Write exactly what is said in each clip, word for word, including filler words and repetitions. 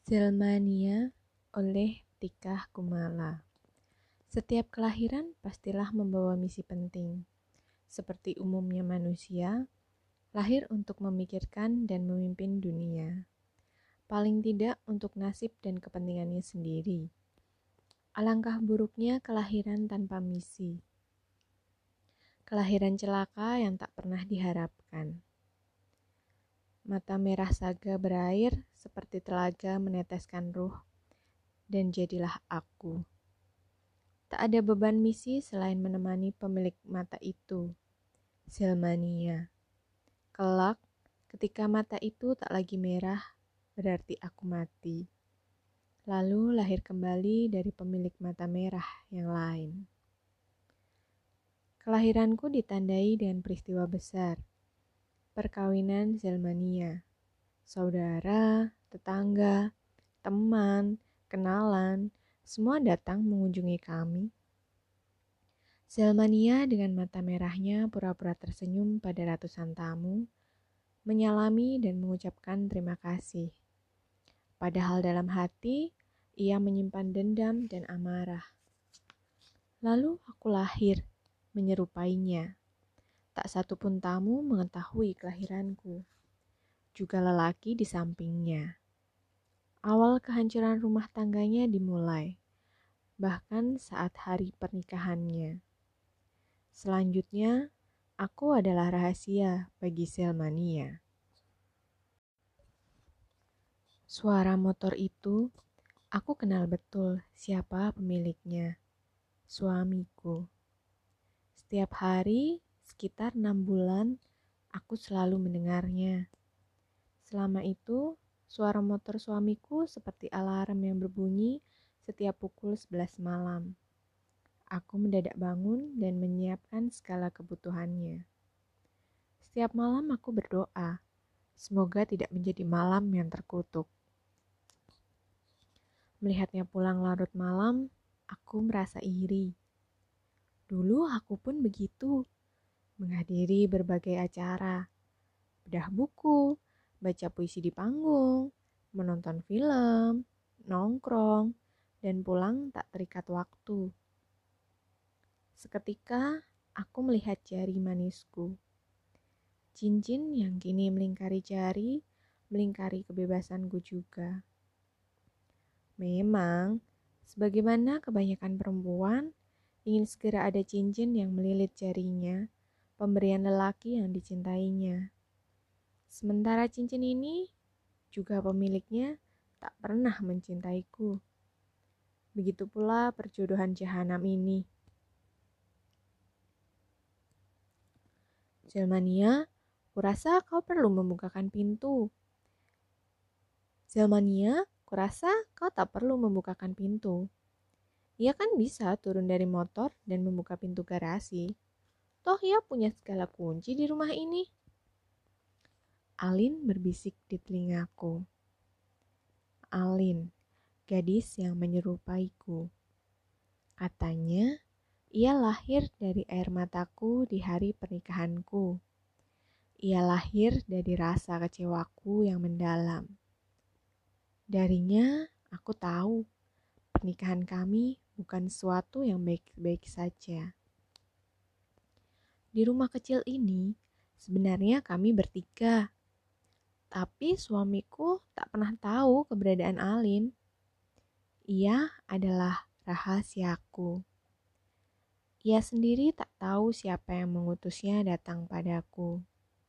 Zelmania oleh Tika Kumala. Setiap kelahiran pastilah membawa misi penting. Seperti umumnya manusia, lahir untuk memikirkan dan memimpin dunia. Paling tidak untuk nasib dan kepentingannya sendiri. Alangkah buruknya kelahiran tanpa misi. Kelahiran celaka yang tak pernah diharapkan. Mata merah saga berair seperti telaga meneteskan ruh, dan jadilah aku. Tak ada beban misi selain menemani pemilik mata itu, Zelmania. Kelak, ketika mata itu tak lagi merah, berarti aku mati. Lalu lahir kembali dari pemilik mata merah yang lain. Kelahiranku ditandai dengan peristiwa besar. Perkawinan Zelmania. Saudara, tetangga, teman, kenalan, semua datang mengunjungi kami. Zelmania dengan mata merahnya pura-pura tersenyum pada ratusan tamu, menyalami dan mengucapkan terima kasih. Padahal dalam hati, ia menyimpan dendam dan amarah. Lalu aku lahir, menyerupainya. Tak satu pun tamu mengetahui kelahiranku. Juga lelaki di sampingnya. Awal kehancuran rumah tangganya dimulai, bahkan saat hari pernikahannya. Selanjutnya, aku adalah rahasia bagi Zelmania. Suara motor itu, aku kenal betul siapa pemiliknya, suamiku. Setiap hari, sekitar enam bulan, aku selalu mendengarnya. Selama itu, suara motor suamiku seperti alarm yang berbunyi setiap pukul sebelas malam. Aku mendadak bangun dan menyiapkan segala kebutuhannya. Setiap malam aku berdoa, semoga tidak menjadi malam yang terkutuk. Melihatnya pulang larut malam, aku merasa iri. Dulu aku pun begitu, menghadiri berbagai acara, bedah buku, baca puisi di panggung, menonton film, nongkrong, dan pulang tak terikat waktu. Seketika, aku melihat jari manisku. Cincin yang kini melingkari jari, melingkari kebebasanku juga. Memang, sebagaimana kebanyakan perempuan, ingin segera ada cincin yang melilit jarinya, pemberian lelaki yang dicintainya. Sementara cincin ini, juga pemiliknya tak pernah mencintaiku. Begitu pula perjodohan jahanam ini. Zelmania, kurasa kau perlu membukakan pintu. Zelmania, kurasa kau tak perlu membukakan pintu. Ia kan bisa turun dari motor dan membuka pintu garasi. Toh ia punya segala kunci di rumah ini. Alin berbisik di telingaku. Alin, gadis yang menyerupaiku. Katanya, ia lahir dari air mataku di hari pernikahanku. Ia lahir dari rasa kecewaku yang mendalam. Darinya, aku tahu pernikahan kami bukan sesuatu yang baik-baik saja. Di rumah kecil ini, sebenarnya kami bertiga. Tapi suamiku tak pernah tahu keberadaan Alin. Ia adalah rahasiaku. Ia sendiri tak tahu siapa yang mengutusnya datang padaku.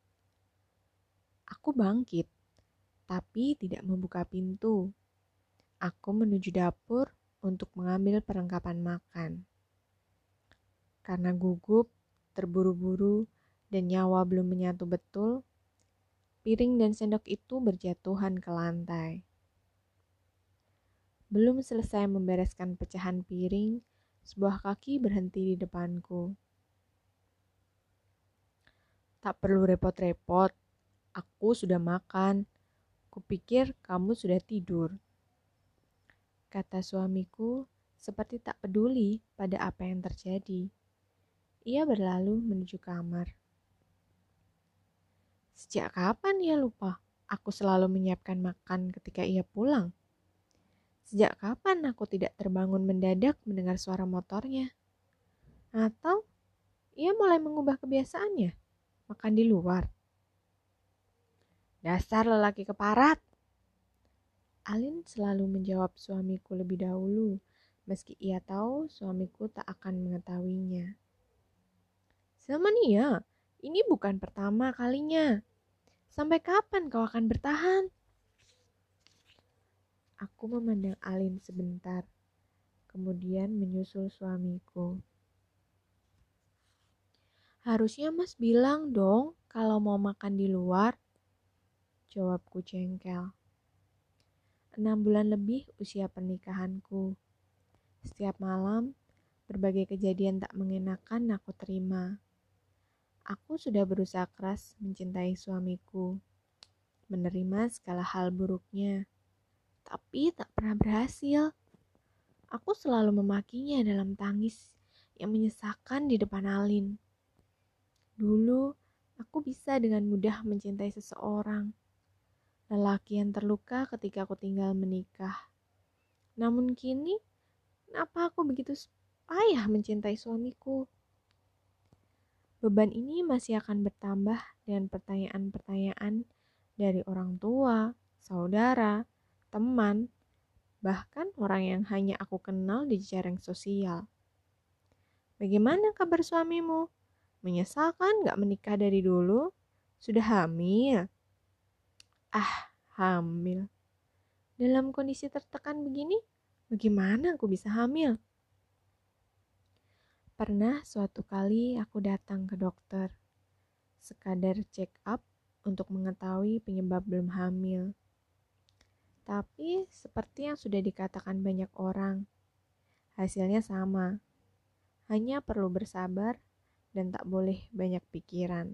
Aku bangkit, tapi tidak membuka pintu. Aku menuju dapur untuk mengambil perlengkapan makan. Karena gugup, terburu-buru, dan nyawa belum menyatu betul, piring dan sendok itu berjatuhan ke lantai. Belum selesai membereskan pecahan piring, sebuah kaki berhenti di depanku. Tak perlu repot-repot, aku sudah makan. Kupikir kamu sudah tidur, kata suamiku seperti tak peduli pada apa yang terjadi. Ia berlalu menuju kamar. Sejak kapan ia lupa? Aku selalu menyiapkan makan ketika ia pulang. Sejak kapan aku tidak terbangun mendadak mendengar suara motornya? Atau ia mulai mengubah kebiasaannya, makan di luar? Dasar lelaki keparat. Alin selalu menjawab suamiku lebih dahulu, meski ia tahu suamiku tak akan mengetahuinya. Selmania, ini bukan pertama kalinya. Sampai kapan kau akan bertahan? Aku memandang Alin sebentar, kemudian menyusul suamiku. Harusnya Mas bilang dong kalau mau makan di luar, jawabku jengkel. Enam bulan lebih usia pernikahanku. Setiap malam, berbagai kejadian tak mengenakan aku terima. Aku sudah berusaha keras mencintai suamiku, menerima segala hal buruknya, tapi tak pernah berhasil. Aku selalu memakinya dalam tangis yang menyesakan di depan Alin. Dulu, aku bisa dengan mudah mencintai seseorang, lelaki yang terluka ketika aku tinggal menikah. Namun kini, kenapa aku begitu payah mencintai suamiku? Beban ini masih akan bertambah dengan pertanyaan-pertanyaan dari orang tua, saudara, teman, bahkan orang yang hanya aku kenal di jejaring sosial. Bagaimana kabar suamimu? Menyesalkan gak menikah dari dulu? Sudah hamil? Ah, hamil. Dalam kondisi tertekan begini, bagaimana aku bisa hamil? Pernah suatu kali aku datang ke dokter, sekadar check up untuk mengetahui penyebab belum hamil. Tapi seperti yang sudah dikatakan banyak orang, hasilnya sama. Hanya perlu bersabar dan tak boleh banyak pikiran.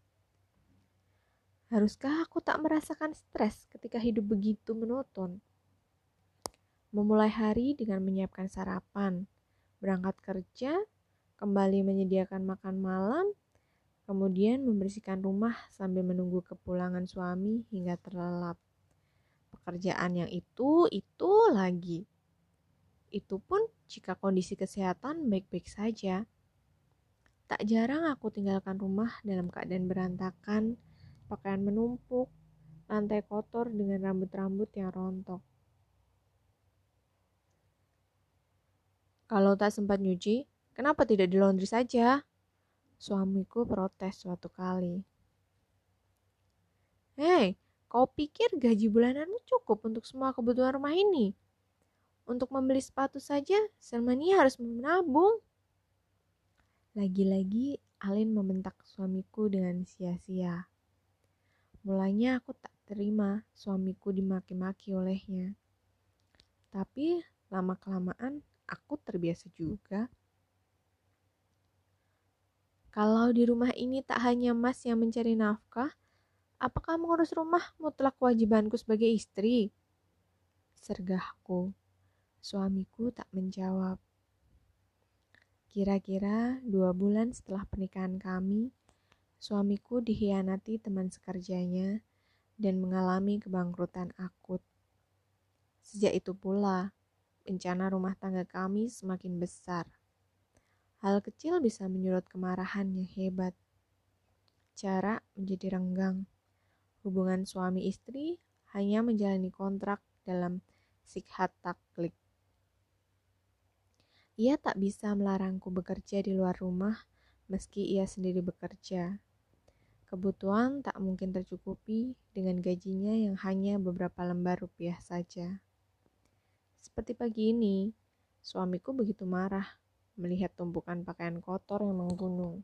Haruskah aku tak merasakan stres ketika hidup begitu monoton? Memulai hari dengan menyiapkan sarapan, berangkat kerja, kembali menyediakan makan malam, kemudian membersihkan rumah sambil menunggu kepulangan suami hingga terlelap. Pekerjaan yang itu, itu lagi. Itu pun jika kondisi kesehatan baik-baik saja. Tak jarang aku tinggalkan rumah dalam keadaan berantakan, pakaian menumpuk, lantai kotor dengan rambut-rambut yang rontok. Kalau tak sempat nyuci, kenapa tidak di laundry saja? Suamiku protes suatu kali. Hei, kau pikir gaji bulananmu cukup untuk semua kebutuhan rumah ini? Untuk membeli sepatu saja, Selmania harus menabung. Lagi-lagi Alin membentak suamiku dengan sia-sia. Mulanya aku tak terima suamiku dimaki-maki olehnya. Tapi lama-kelamaan aku terbiasa juga. Kalau di rumah ini tak hanya Mas yang mencari nafkah, apakah mengurus rumah mutlak kewajibanku sebagai istri? Sergahku. Suamiku tak menjawab. Kira-kira dua bulan setelah pernikahan kami, suamiku dikhianati teman sekerjanya dan mengalami kebangkrutan akut. Sejak itu pula, bencana rumah tangga kami semakin besar. Hal kecil bisa menyurut kemarahan yang hebat. Jarak menjadi renggang. Hubungan suami istri hanya menjalani kontrak dalam sikhat taklik. Ia tak bisa melarangku bekerja di luar rumah meski ia sendiri bekerja. Kebutuhan tak mungkin tercukupi dengan gajinya yang hanya beberapa lembar rupiah saja. Seperti pagi ini, suamiku begitu marah melihat tumpukan pakaian kotor yang menggunung.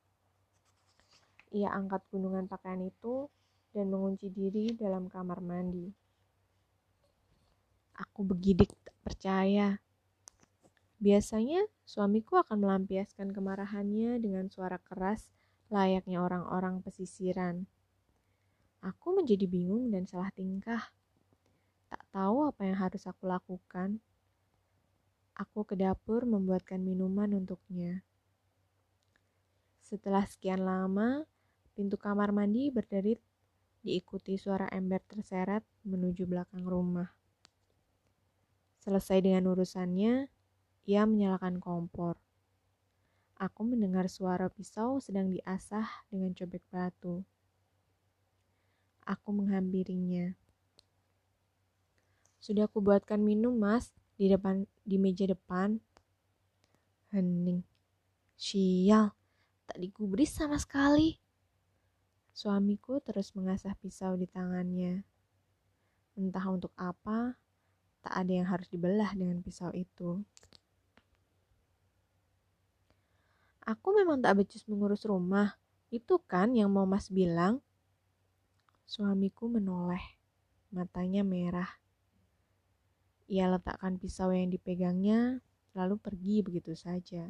Ia angkat gunungan pakaian itu dan mengunci diri dalam kamar mandi. Aku begidik tak percaya. Biasanya suamiku akan melampiaskan kemarahannya dengan suara keras layaknya orang-orang pesisiran. Aku menjadi bingung dan salah tingkah. Tak tahu apa yang harus aku lakukan. Aku ke dapur membuatkan minuman untuknya. Setelah sekian lama, pintu kamar mandi berderit diikuti suara ember terseret menuju belakang rumah. Selesai dengan urusannya, ia menyalakan kompor. Aku mendengar suara pisau sedang diasah dengan cobek batu. Aku menghampirinya. Sudah aku buatkan minum, Mas, di depan di meja depan. Hening. Sial, tak digubris sama sekali. Suamiku terus mengasah pisau di tangannya. Entah untuk apa, tak ada yang harus dibelah dengan pisau itu. Aku memang tak becus mengurus rumah. Itu kan yang mau Mas bilang? Suamiku menoleh. Matanya merah. Ia letakkan pisau yang dipegangnya, lalu pergi begitu saja.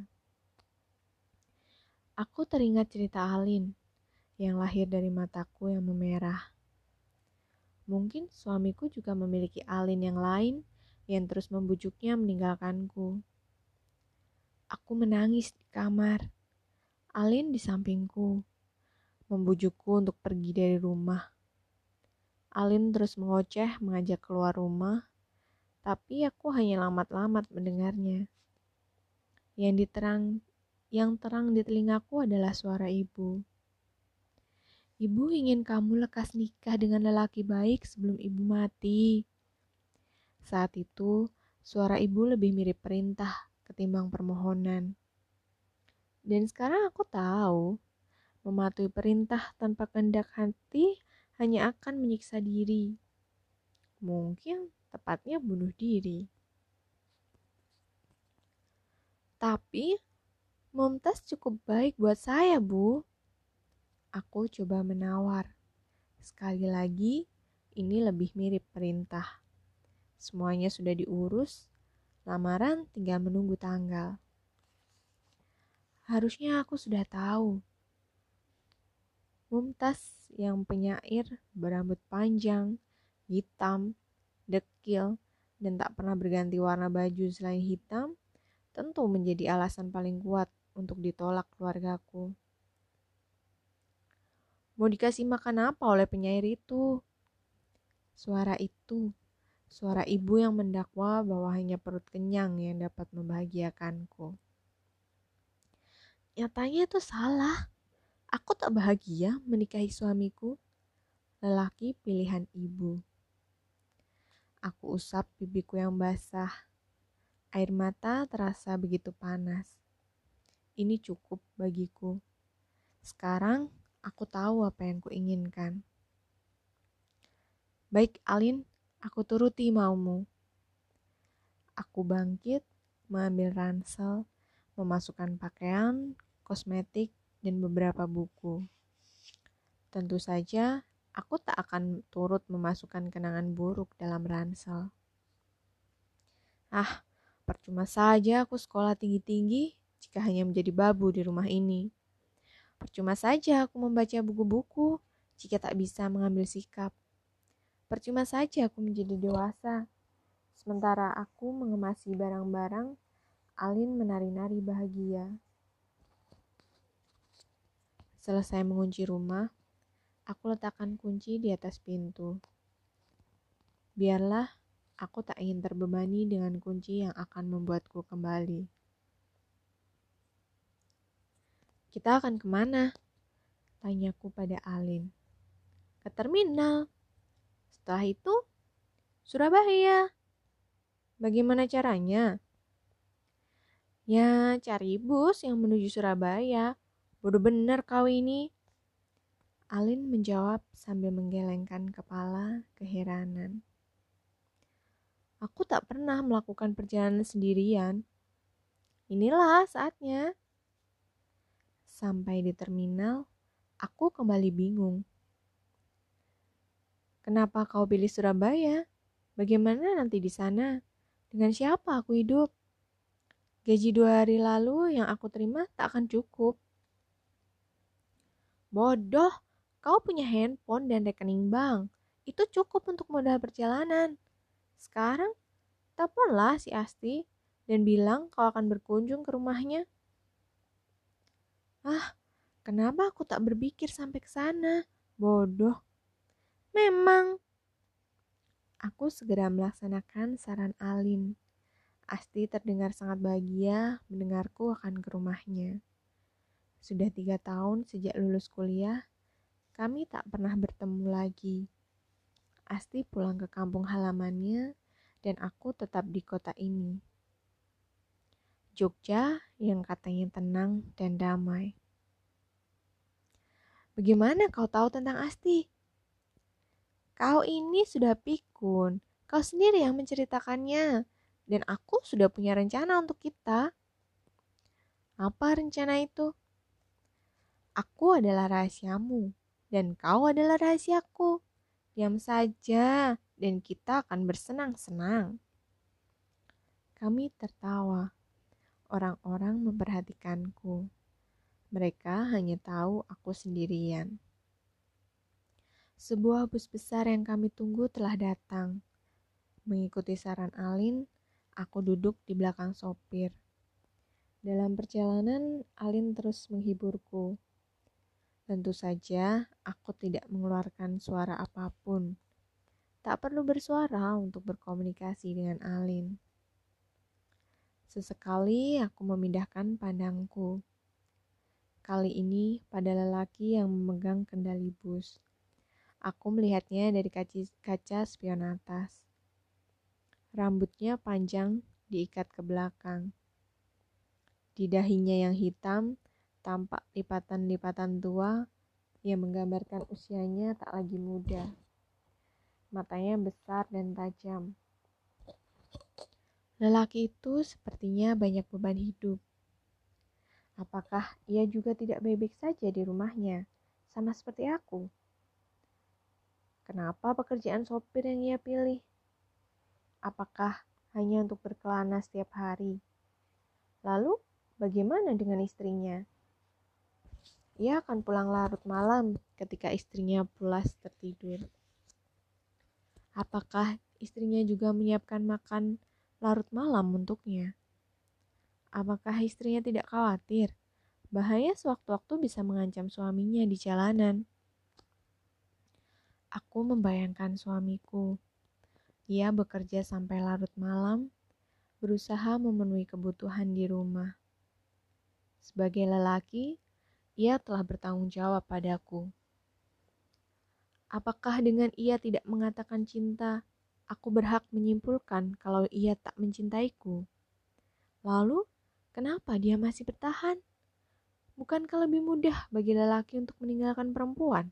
Aku teringat cerita Alin yang lahir dari mataku yang memerah. Mungkin suamiku juga memiliki Alin yang lain yang terus membujuknya meninggalkanku. Aku menangis di kamar. Alin di sampingku, membujukku untuk pergi dari rumah. Alin terus mengoceh mengajak keluar rumah, tapi aku hanya lamat-lamat mendengarnya. Yang diterang, yang terang di telingaku adalah suara ibu. Ibu ingin kamu lekas nikah dengan lelaki baik sebelum ibu mati. Saat itu, suara ibu lebih mirip perintah ketimbang permohonan. Dan sekarang aku tahu, mematuhi perintah tanpa kehendak hati hanya akan menyiksa diri. Mungkin tepatnya bunuh diri. Tapi, Mumtaz cukup baik buat saya, Bu. Aku coba menawar. Sekali lagi, ini lebih mirip perintah. Semuanya sudah diurus, lamaran tinggal menunggu tanggal. Harusnya aku sudah tahu. Mumtaz yang penyair, berambut panjang, hitam, dekil, dan tak pernah berganti warna baju selain hitam, tentu menjadi alasan paling kuat untuk ditolak keluargaku. Mau dikasih makan apa oleh penyair itu? Suara itu, suara ibu yang mendakwa bahwa hanya perut kenyang yang dapat membahagiakanku. Nyatanya itu salah. Aku tak bahagia menikahi suamiku, lelaki pilihan ibu. Aku usap pipiku yang basah. Air mata terasa begitu panas. Ini cukup bagiku. Sekarang aku tahu apa yang kuinginkan. Baik, Alin, aku turuti maumu. Aku bangkit, mengambil ransel, memasukkan pakaian, kosmetik, dan beberapa buku. Tentu saja, aku tak akan turut memasukkan kenangan buruk dalam ransel. Ah, percuma saja aku sekolah tinggi-tinggi jika hanya menjadi babu di rumah ini. Percuma saja aku membaca buku-buku jika tak bisa mengambil sikap. Percuma saja aku menjadi dewasa, sementara aku mengemasi barang-barang, Alin menari-nari bahagia. Selesai mengunci rumah, aku letakkan kunci di atas pintu. Biarlah, aku tak ingin terbebani dengan kunci yang akan membuatku kembali. Kita akan kemana? Tanyaku pada Alin. Ke terminal. Setelah itu, Surabaya. Bagaimana caranya? Ya, cari bus yang menuju Surabaya. Bodoh bener kau ini. Alin menjawab sambil menggelengkan kepala keheranan. Aku tak pernah melakukan perjalanan sendirian. Inilah saatnya. Sampai di terminal, aku kembali bingung. Kenapa kau pilih Surabaya? Bagaimana nanti di sana? Dengan siapa aku hidup? Gaji dua hari lalu yang aku terima tak akan cukup. Bodoh, kau punya handphone dan rekening bank. Itu cukup untuk modal perjalanan. Sekarang, teleponlah si Asti dan bilang kau akan berkunjung ke rumahnya. Ah, kenapa aku tak berpikir sampai ke sana? Bodoh. Memang. Aku segera melaksanakan saran Alin. Asti terdengar sangat bahagia mendengarku akan ke rumahnya. Sudah tiga tahun sejak lulus kuliah, kami tak pernah bertemu lagi. Asti pulang ke kampung halamannya dan aku tetap di kota ini. Jogja yang katanya tenang dan damai. Bagaimana kau tahu tentang Asti? Kau ini sudah pikun, kau sendiri yang menceritakannya. Dan aku sudah punya rencana untuk kita. Apa rencana itu? Aku adalah rahasiamu, dan kau adalah rahasiaku. Diam saja, dan kita akan bersenang-senang. Kami tertawa. Orang-orang memperhatikanku. Mereka hanya tahu aku sendirian. Sebuah bus besar yang kami tunggu telah datang. Mengikuti saran Alin, aku duduk di belakang sopir. Dalam perjalanan, Alin terus menghiburku. Tentu saja, aku tidak mengeluarkan suara apapun. Tak perlu bersuara untuk berkomunikasi dengan Alin. Sesekali aku memindahkan pandangku. Kali ini pada lelaki yang memegang kendali bus. Aku melihatnya dari kaca, kaca spion atas. Rambutnya panjang diikat ke belakang. Di dahinya yang hitam tampak lipatan-lipatan tua yang menggambarkan usianya tak lagi muda. Matanya besar dan tajam. Lelaki itu sepertinya banyak beban hidup. Apakah ia juga tidak baik-baik saja di rumahnya, sama seperti aku? Kenapa pekerjaan sopir yang ia pilih? Apakah hanya untuk berkelana setiap hari? Lalu, bagaimana dengan istrinya? Ia akan pulang larut malam ketika istrinya pulas tertidur. Apakah istrinya juga menyiapkan makan larut malam untuknya? Apakah istrinya tidak khawatir? Bahaya sewaktu-waktu bisa mengancam suaminya di jalanan. Aku membayangkan suamiku. Ia bekerja sampai larut malam, berusaha memenuhi kebutuhan di rumah. Sebagai lelaki, ia telah bertanggung jawab padaku. Apakah dengan ia tidak mengatakan cinta, aku berhak menyimpulkan kalau ia tak mencintaiku? Lalu, kenapa dia masih bertahan? Bukankah lebih mudah bagi lelaki untuk meninggalkan perempuan?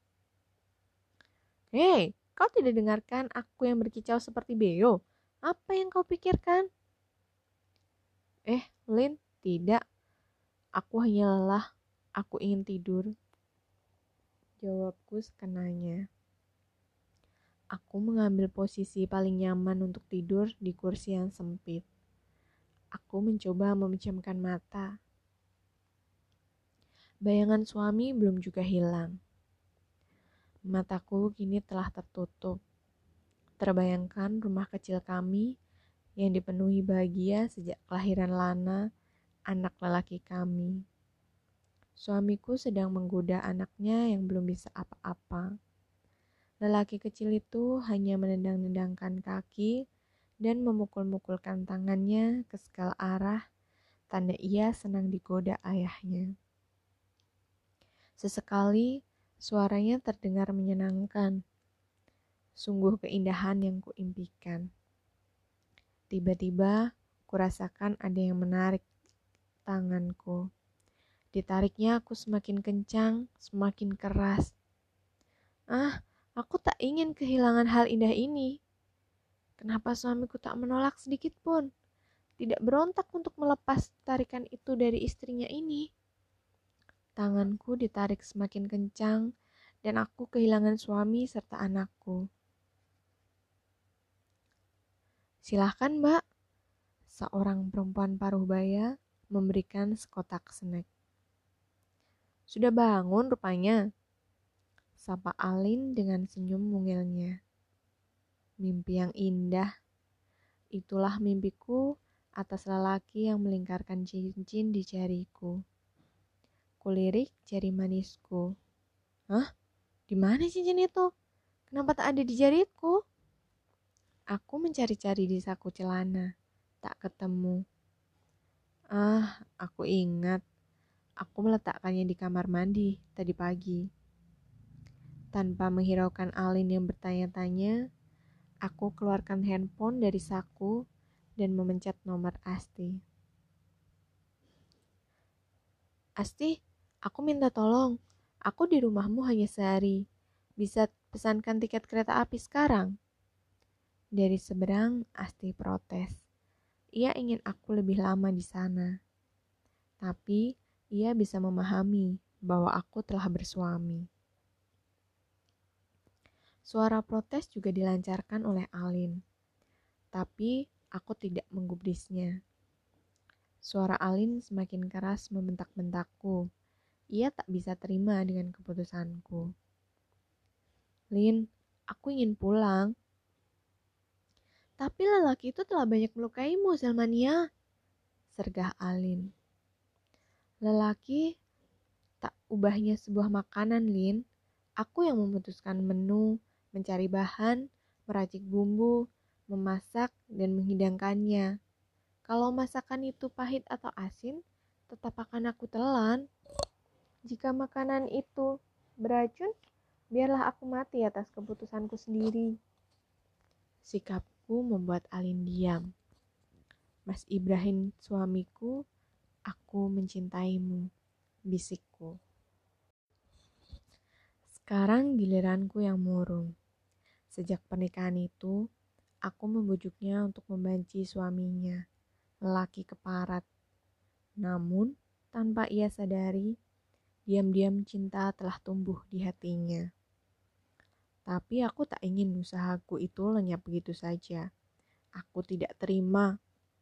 Hei, kau tidak dengarkan aku yang berkicau seperti beo? Apa yang kau pikirkan? Eh, Lin, tidak. Aku hanya lelah. Aku ingin tidur. Jawabku sekenanya. Aku mengambil posisi paling nyaman untuk tidur di kursi yang sempit. Aku mencoba memejamkan mata. Bayangan suami belum juga hilang. Mataku kini telah tertutup. Terbayangkan rumah kecil kami yang dipenuhi bahagia sejak kelahiran Lana, anak lelaki kami. Suamiku sedang menggoda anaknya yang belum bisa apa-apa. Lelaki kecil itu hanya menendang-nendangkan kaki dan memukul-mukulkan tangannya ke segala arah, tanda ia senang digoda ayahnya. Sesekali suaranya terdengar menyenangkan. Sungguh keindahan yang kuimpikan. Tiba-tiba kurasakan ada yang menarik tanganku. Ditariknya aku semakin kencang, semakin keras. Ah, aku tak ingin kehilangan hal indah ini. Kenapa suamiku tak menolak sedikit pun? Tidak berontak untuk melepas tarikan itu dari istrinya ini. Tanganku ditarik semakin kencang dan aku kehilangan suami serta anakku. Silahkan, Mbak. Seorang perempuan paruh baya memberikan sekotak snack. Sudah bangun rupanya, sapa Alin dengan senyum mungilnya. Mimpi yang indah. Itulah mimpiku atas lelaki yang melingkarkan cincin di jariku. Kulirik jari manisku. Hah? Di mana cincin itu? Kenapa tak ada di jariku? Aku mencari-cari di saku celana. tak ketemu. Ah, aku ingat. Aku meletakkannya di kamar mandi tadi pagi. Tanpa menghiraukan Alin yang bertanya-tanya, aku keluarkan handphone dari saku dan memencet nomor Asti. Asti, aku minta tolong. Aku di rumahmu hanya sehari. Bisa pesankan tiket kereta api sekarang? Dari seberang, Asti protes. Ia ingin aku lebih lama di sana. Tapi ia bisa memahami bahwa aku telah bersuami. Suara protes juga dilancarkan oleh Alin. Tapi aku tidak menggubrisnya. Suara Alin semakin keras membentak-bentakku. Ia tak bisa terima dengan keputusanku. Lin, aku ingin pulang. Tapi lelaki itu telah banyak melukaimu, Selmania, sergah Alin. Lelaki tak ubahnya sebuah makanan, Lin. Aku yang memutuskan menu, mencari bahan, meracik bumbu, memasak, dan menghidangkannya. Kalau masakan itu pahit atau asin, tetap akan aku telan. Jika makanan itu beracun, biarlah aku mati atas keputusanku sendiri. Sikapku membuat Alin diam. Mas Ibrahim, suamiku, aku mencintaimu, bisikku. Sekarang giliranku yang murung. Sejak pernikahan itu, aku membujuknya untuk membenci suaminya, lelaki keparat. Namun, tanpa ia sadari, diam-diam cinta telah tumbuh di hatinya. Tapi aku tak ingin usahaku itu lenyap begitu saja. Aku tidak terima.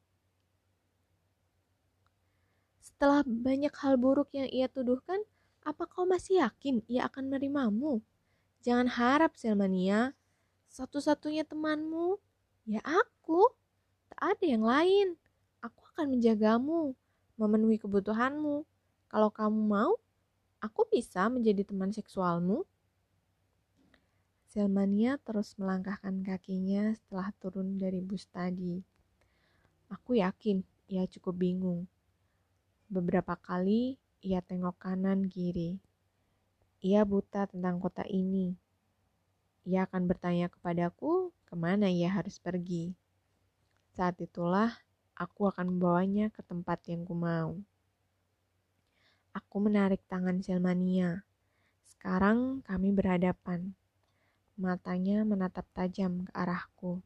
Setelah banyak hal buruk yang ia tuduhkan, apa kau masih yakin ia akan menerimamu? Jangan harap, Selmania. Satu-satunya temanmu, ya aku. Tak ada yang lain. Aku akan menjagamu, memenuhi kebutuhanmu. Kalau kamu mau, aku bisa menjadi teman seksualmu. Selmania terus melangkahkan kakinya setelah turun dari bus tadi. Aku yakin ia cukup bingung. Beberapa kali ia tengok kanan kiri. Ia buta tentang kota ini. Ia akan bertanya kepadaku kemana ia harus pergi. Saat itulah aku akan membawanya ke tempat yang kumau. Aku menarik tangan Selmania. Sekarang kami berhadapan. Matanya menatap tajam ke arahku.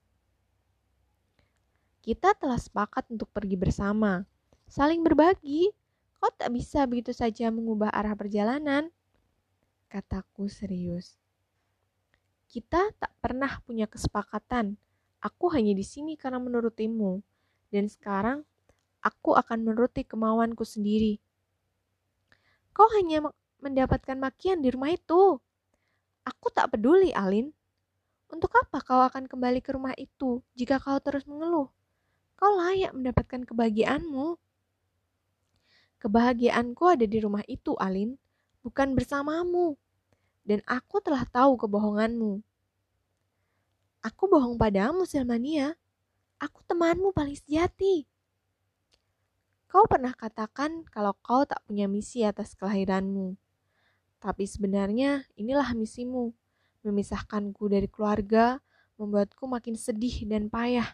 Kita telah sepakat untuk pergi bersama. Saling berbagi. Kau tak bisa begitu saja mengubah arah perjalanan. Kataku serius. Kita tak pernah punya kesepakatan. Aku hanya di sini karena menurutimu. Dan sekarang aku akan menuruti kemauanku sendiri. Kau hanya mendapatkan makian di rumah itu. Aku tak peduli, Alin. Untuk apa kau akan kembali ke rumah itu jika kau terus mengeluh? Kau layak mendapatkan kebahagiaanmu. Kebahagiaanku ada di rumah itu, Alin, bukan bersamamu. Dan aku telah tahu kebohonganmu. Aku bohong padamu, Selmania. Aku temanmu paling sejati. Kau pernah katakan kalau kau tak punya misi atas kelahiranmu. Tapi sebenarnya inilah misimu, memisahkanku dari keluarga, membuatku makin sedih dan payah.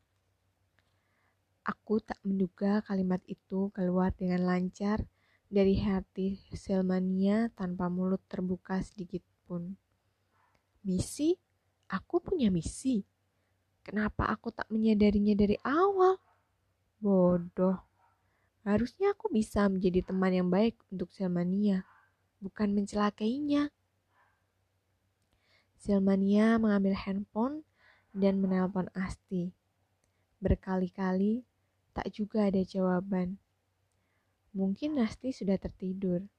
Aku tak menduga kalimat itu keluar dengan lancar dari hati Selmania tanpa mulut terbuka sedikit pun. Misi? Aku punya misi. Kenapa aku tak menyadarinya dari awal? Bodoh. Harusnya aku bisa menjadi teman yang baik untuk Selmania, bukan mencelakainya. Selmania mengambil handphone dan menelpon Asti. Berkali-kali tak juga ada jawaban. Mungkin Asti sudah tertidur.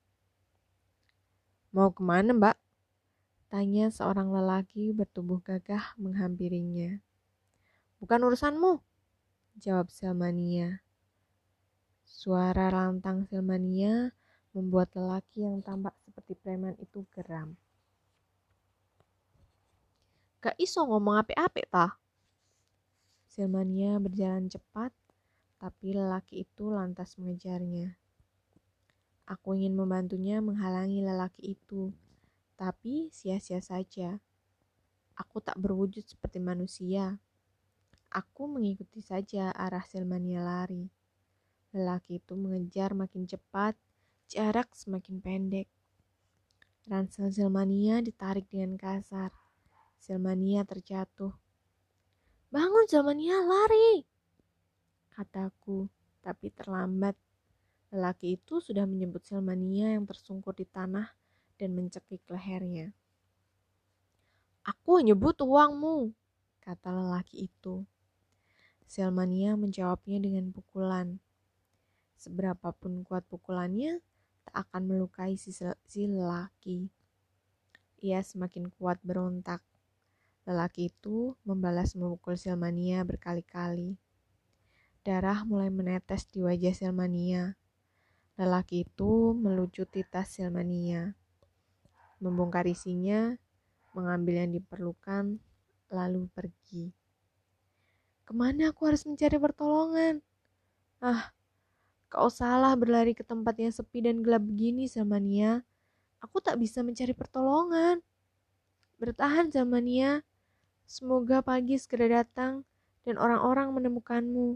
Mau kemana, Mbak? Tanya seorang lelaki bertubuh gagah menghampirinya. Bukan urusanmu, jawab Selmania. Suara lantang Selmania membuat lelaki yang tampak seperti preman itu geram. Gak iso ngomong apik-apik tah? Silmania berjalan cepat, tapi lelaki itu lantas mengejarnya. Aku ingin membantunya menghalangi lelaki itu, tapi sia-sia saja. Aku tak berwujud seperti manusia. Aku mengikuti saja arah Silmania lari. Lelaki itu mengejar makin cepat, jarak semakin pendek. Ransel Silmania ditarik dengan kasar. Silmania terjatuh. "Bangun Silmania, lari!" kataku, tapi terlambat. Lelaki itu sudah menyebut Silmania yang tersungkur di tanah dan mencekik lehernya. "Aku hanya butuh uangmu," kata lelaki itu. Silmania menjawabnya dengan pukulan. Seberapapun kuat pukulannya, tak akan melukai si, si lelaki. Ia semakin kuat berontak. Lelaki itu membalas memukul Silmania berkali-kali. Darah mulai menetes di wajah Silmania. Lelaki itu melucuti tas Silmania, membongkar isinya, mengambil yang diperlukan, lalu pergi. "Kemana aku harus mencari pertolongan? Ah, kau salah berlari ke tempat yang sepi dan gelap begini, Silmania. Aku tak bisa mencari pertolongan. Bertahan, Silmania. Semoga pagi segera datang dan orang-orang menemukanmu."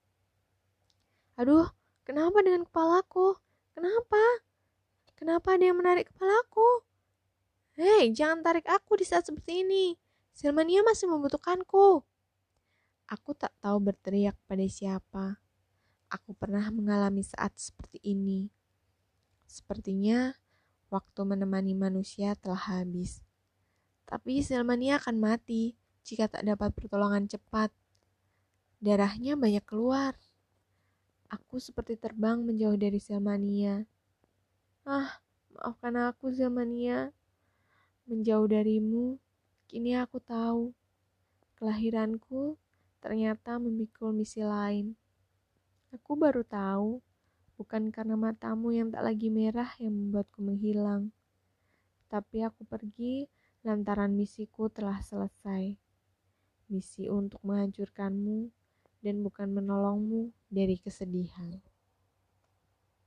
"Aduh, kenapa dengan kepalaku? Kenapa? Kenapa ada yang menarik kepalaku? Hei, jangan tarik aku di saat seperti ini. Silmania masih membutuhkanku." Aku tak tahu berteriak pada siapa. Aku pernah mengalami saat seperti ini. Sepertinya waktu menemani manusia telah habis. Tapi Silmania akan mati jika tak dapat pertolongan cepat. Darahnya banyak keluar. Aku seperti terbang menjauh dari Silmania. Ah, maafkan aku Silmania. Menjauh darimu, kini aku tahu. Kelahiranku ternyata memikul misi lain. Aku baru tahu, bukan karena matamu yang tak lagi merah yang membuatku menghilang. Tapi aku pergi lantaran misiku telah selesai. Misi untuk menghancurkanmu dan bukan menolongmu dari kesedihan.